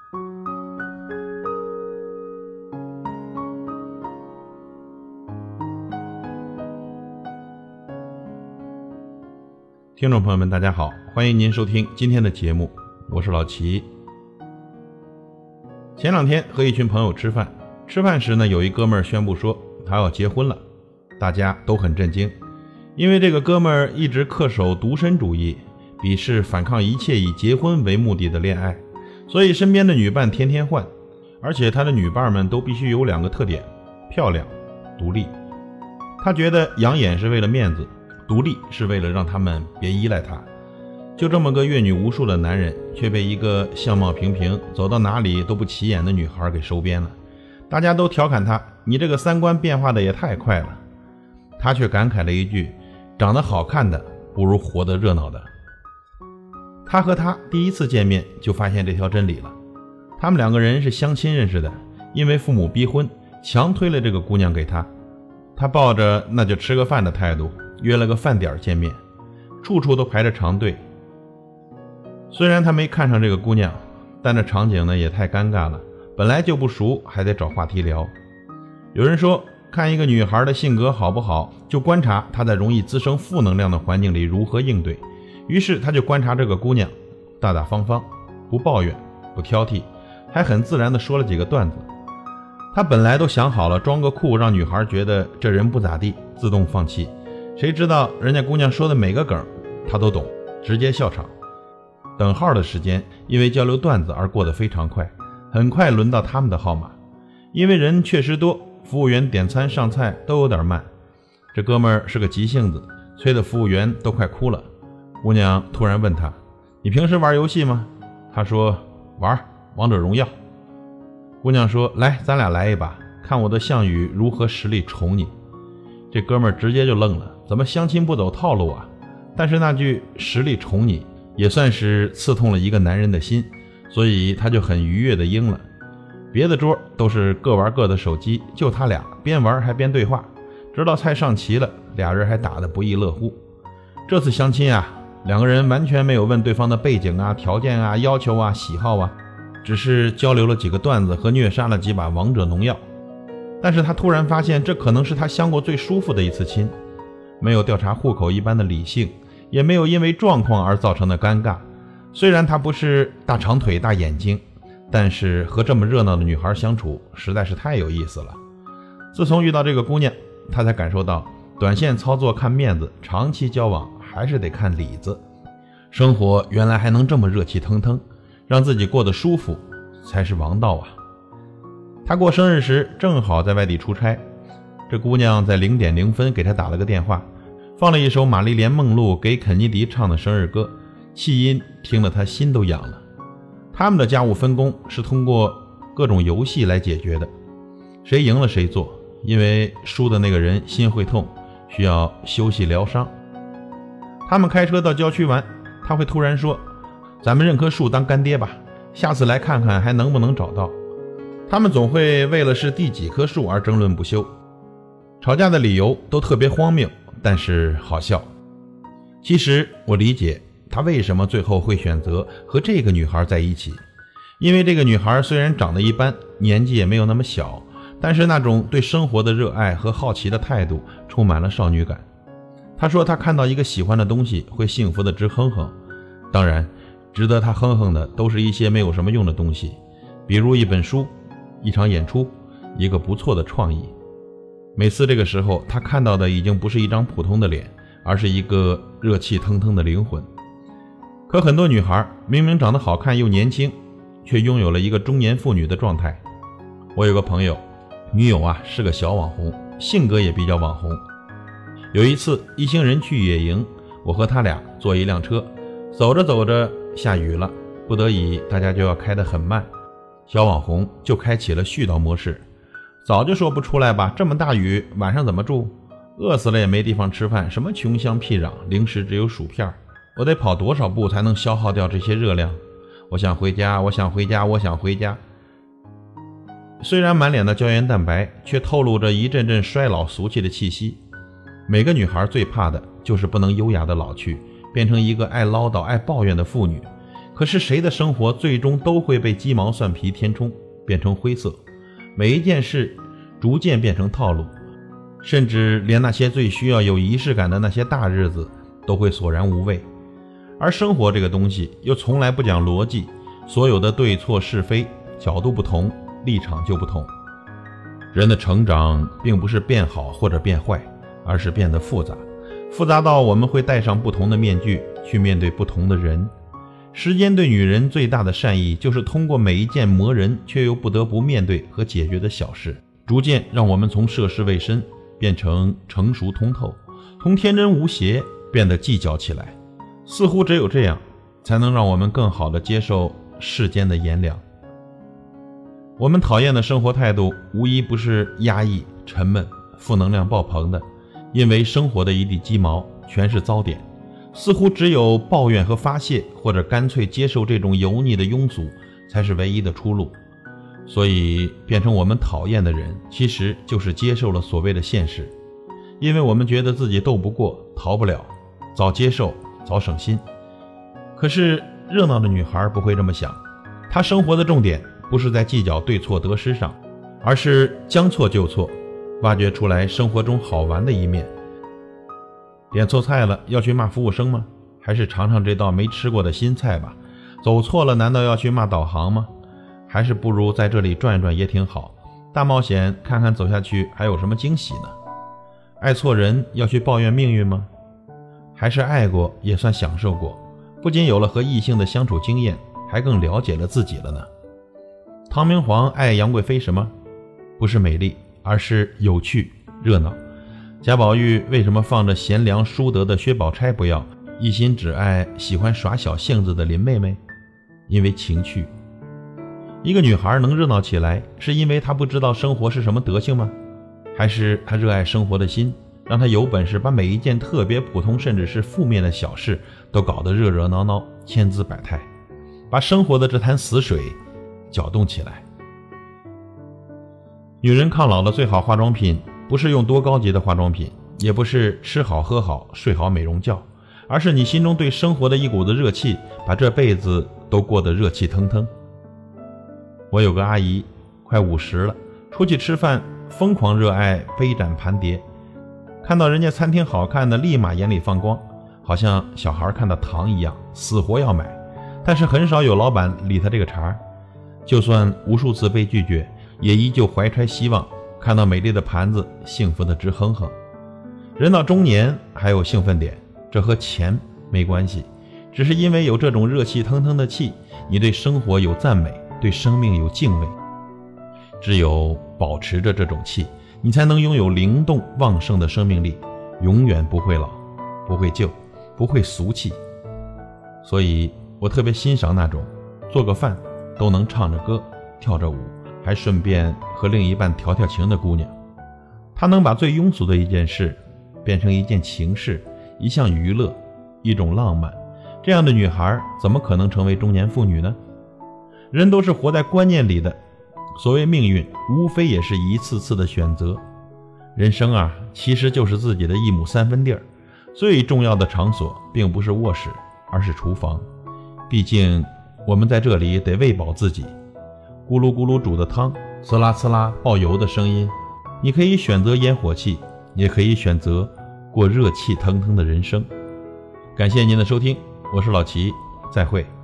听众朋友们大家好，欢迎您收听今天的节目，我是老齐。前两天和一群朋友吃饭时呢，有一哥们儿宣布说他要结婚了，大家都很震惊，因为这个哥们儿一直恪守独身主义，鄙视反抗一切以结婚为目的的恋爱，所以身边的女伴天天换，而且他的女伴们都必须有2个特点：漂亮、独立。他觉得养眼是为了面子，独立是为了让他们别依赖他。就这么个阅女无数的男人，却被一个相貌平平、走到哪里都不起眼的女孩给收编了。大家都调侃他，你这个三观变化的也太快了。他却感慨了一句，长得好看的不如活得热闹的。他和她第一次见面就发现这条真理了。他们2个人是相亲认识的，因为父母逼婚，强推了这个姑娘给他。他抱着那就吃个饭的态度，约了个饭点见面，处处都排着长队。虽然他没看上这个姑娘，但这场景呢也太尴尬了，本来就不熟，还得找话题聊。有人说，看一个女孩的性格好不好，就观察她在容易滋生负能量的环境里如何应对。于是他就观察这个姑娘，大大方方，不抱怨，不挑剔，还很自然地说了几个段子。他本来都想好了装个酷，让女孩觉得这人不咋地，自动放弃。谁知道人家姑娘说的每个梗他都懂，直接笑场。等号的时间因为交流段子而过得非常快，很快轮到他们的号码。因为人确实多，服务员点餐上菜都有点慢。这哥们儿是个急性子，催得服务员都快哭了。姑娘突然问他，你平时玩游戏吗？他说，玩王者荣耀。姑娘说，来，咱俩来一把，看我的项羽如何实力宠你。这哥们儿直接就愣了，怎么相亲不走套路啊？但是那句实力宠你也算是刺痛了一个男人的心，所以他就很愉悦地应了。别的桌都是各玩各的手机，就他俩边玩还边对话，直到菜上齐了，2人还打得不亦乐乎。这次相亲啊，2个人完全没有问对方的背景啊、条件啊、要求啊、喜好啊，只是交流了几个段子和虐杀了几把王者农药。但是他突然发现，这可能是他相过最舒服的一次亲，没有调查户口一般的理性，也没有因为状况而造成的尴尬。虽然他不是大长腿大眼睛，但是和这么热闹的女孩相处实在是太有意思了。自从遇到这个姑娘，他才感受到短线操作看面子，长期交往还是得看里子。生活原来还能这么热气腾腾，让自己过得舒服才是王道啊。他过生日时正好在外地出差，这姑娘在0点0分给他打了个电话，放了一首玛丽莲梦露给肯尼迪唱的生日歌，气音听了他心都痒了。他们的家务分工是通过各种游戏来解决的，谁赢了谁做，因为输的那个人心会痛，需要休息疗伤。他们开车到郊区玩，他会突然说，咱们认棵树当干爹吧，下次来看看还能不能找到。他们总会为了是第几棵树而争论不休，吵架的理由都特别荒谬，但是好笑。其实我理解他为什么最后会选择和这个女孩在一起，因为这个女孩虽然长得一般，年纪也没有那么小，但是那种对生活的热爱和好奇的态度充满了少女感。他说他看到一个喜欢的东西会幸福的直哼哼，当然值得他哼哼的都是一些没有什么用的东西，比如一本书、一场演出、一个不错的创意。每次这个时候，他看到的已经不是一张普通的脸，而是一个热气腾腾的灵魂。可很多女孩明明长得好看又年轻，却拥有了一个中年妇女的状态。我有个朋友，女友啊是个小网红，性格也比较网红。有一次一行人去野营，我和他俩坐一辆车，走着走着下雨了，不得已大家就要开得很慢，小网红就开启了絮叨模式，早就说不出来吧，这么大雨晚上怎么住，饿死了也没地方吃饭，什么穷乡僻壤，零食只有薯片，我得跑多少步才能消耗掉这些热量，我想回家，我想回家，我想回家。虽然满脸的胶原蛋白，却透露着一阵阵衰老俗气的气息。每个女孩最怕的就是不能优雅的老去，变成一个爱唠叨爱抱怨的妇女。 可是谁的生活最终都会被鸡毛蒜皮填充，变成灰色，每一件事逐渐变成套路，甚至连那些最需要有仪式感的那些大日子都会索然无味。而生活这个东西又从来不讲逻辑，所有的对错是非角度不同，立场就不同。人的成长并不是变好或者变坏，而是变得复杂，复杂到我们会戴上不同的面具去面对不同的人。时间对女人最大的善意，就是通过每一件磨人却又不得不面对和解决的小事，逐渐让我们从涉世未深变成成熟通透，从天真无邪变得计较起来。似乎只有这样，才能让我们更好地接受世间的炎凉。我们讨厌的生活态度，无一不是压抑、沉闷、负能量爆棚的，因为生活的一地鸡毛全是糟点。似乎只有抱怨和发泄，或者干脆接受这种油腻的庸俗，才是唯一的出路。所以变成我们讨厌的人，其实就是接受了所谓的现实。因为我们觉得自己斗不过，逃不了，早接受早省心。可是热闹的女孩不会这么想，她生活的重点不是在计较对错得失上，而是将错就错，挖掘出来生活中好玩的一面。点错菜了要去骂服务生吗？还是尝尝这道没吃过的新菜吧。走错了难道要去骂导航吗？还是不如在这里转一转也挺好，大冒险看看走下去还有什么惊喜呢？爱错人要去抱怨命运吗？还是爱过也算享受过，不仅有了和异性的相处经验，还更了解了自己了呢？唐明皇爱杨贵妃什么？不是美丽，而是有趣热闹。贾宝玉为什么放着贤良淑德的薛宝钗不要，一心只爱喜欢耍小性子的林妹妹？因为情趣。一个女孩能热闹起来，是因为她不知道生活是什么德行吗？还是她热爱生活的心，让她有本事把每一件特别普通甚至是负面的小事都搞得热热闹闹，千姿百态，把生活的这潭死水搅动起来？女人抗老的最好化妆品，不是用多高级的化妆品，也不是吃好喝好睡好美容觉，而是你心中对生活的一股子热气，把这辈子都过得热气腾腾。我有个阿姨快50了，出去吃饭疯狂热爱杯盏盘碟，看到人家餐厅好看的立马眼里放光，好像小孩看到糖一样死活要买。但是很少有老板理他这个茬，就算无数次被拒绝，也依旧怀揣希望，看到美丽的盘子幸福的直哼哼。人到中年还有兴奋点，这和钱没关系，只是因为有这种热气腾腾的气，你对生活有赞美，对生命有敬畏。只有保持着这种气，你才能拥有灵动旺盛的生命力，永远不会老，不会旧，不会俗气。所以我特别欣赏那种做个饭都能唱着歌跳着舞，还顺便和另一半调调情的姑娘。她能把最庸俗的一件事变成一件情事，一项娱乐，一种浪漫。这样的女孩怎么可能成为中年妇女呢？人都是活在观念里的，所谓命运无非也是一次次的选择。人生啊，其实就是自己的一亩三分地儿，最重要的场所并不是卧室，而是厨房。毕竟我们在这里得喂饱自己，咕噜咕噜煮的汤，呲啦呲啦爆油的声音。你可以选择烟火气，也可以选择过热气腾腾的人生。感谢您的收听，我是老齐，再会。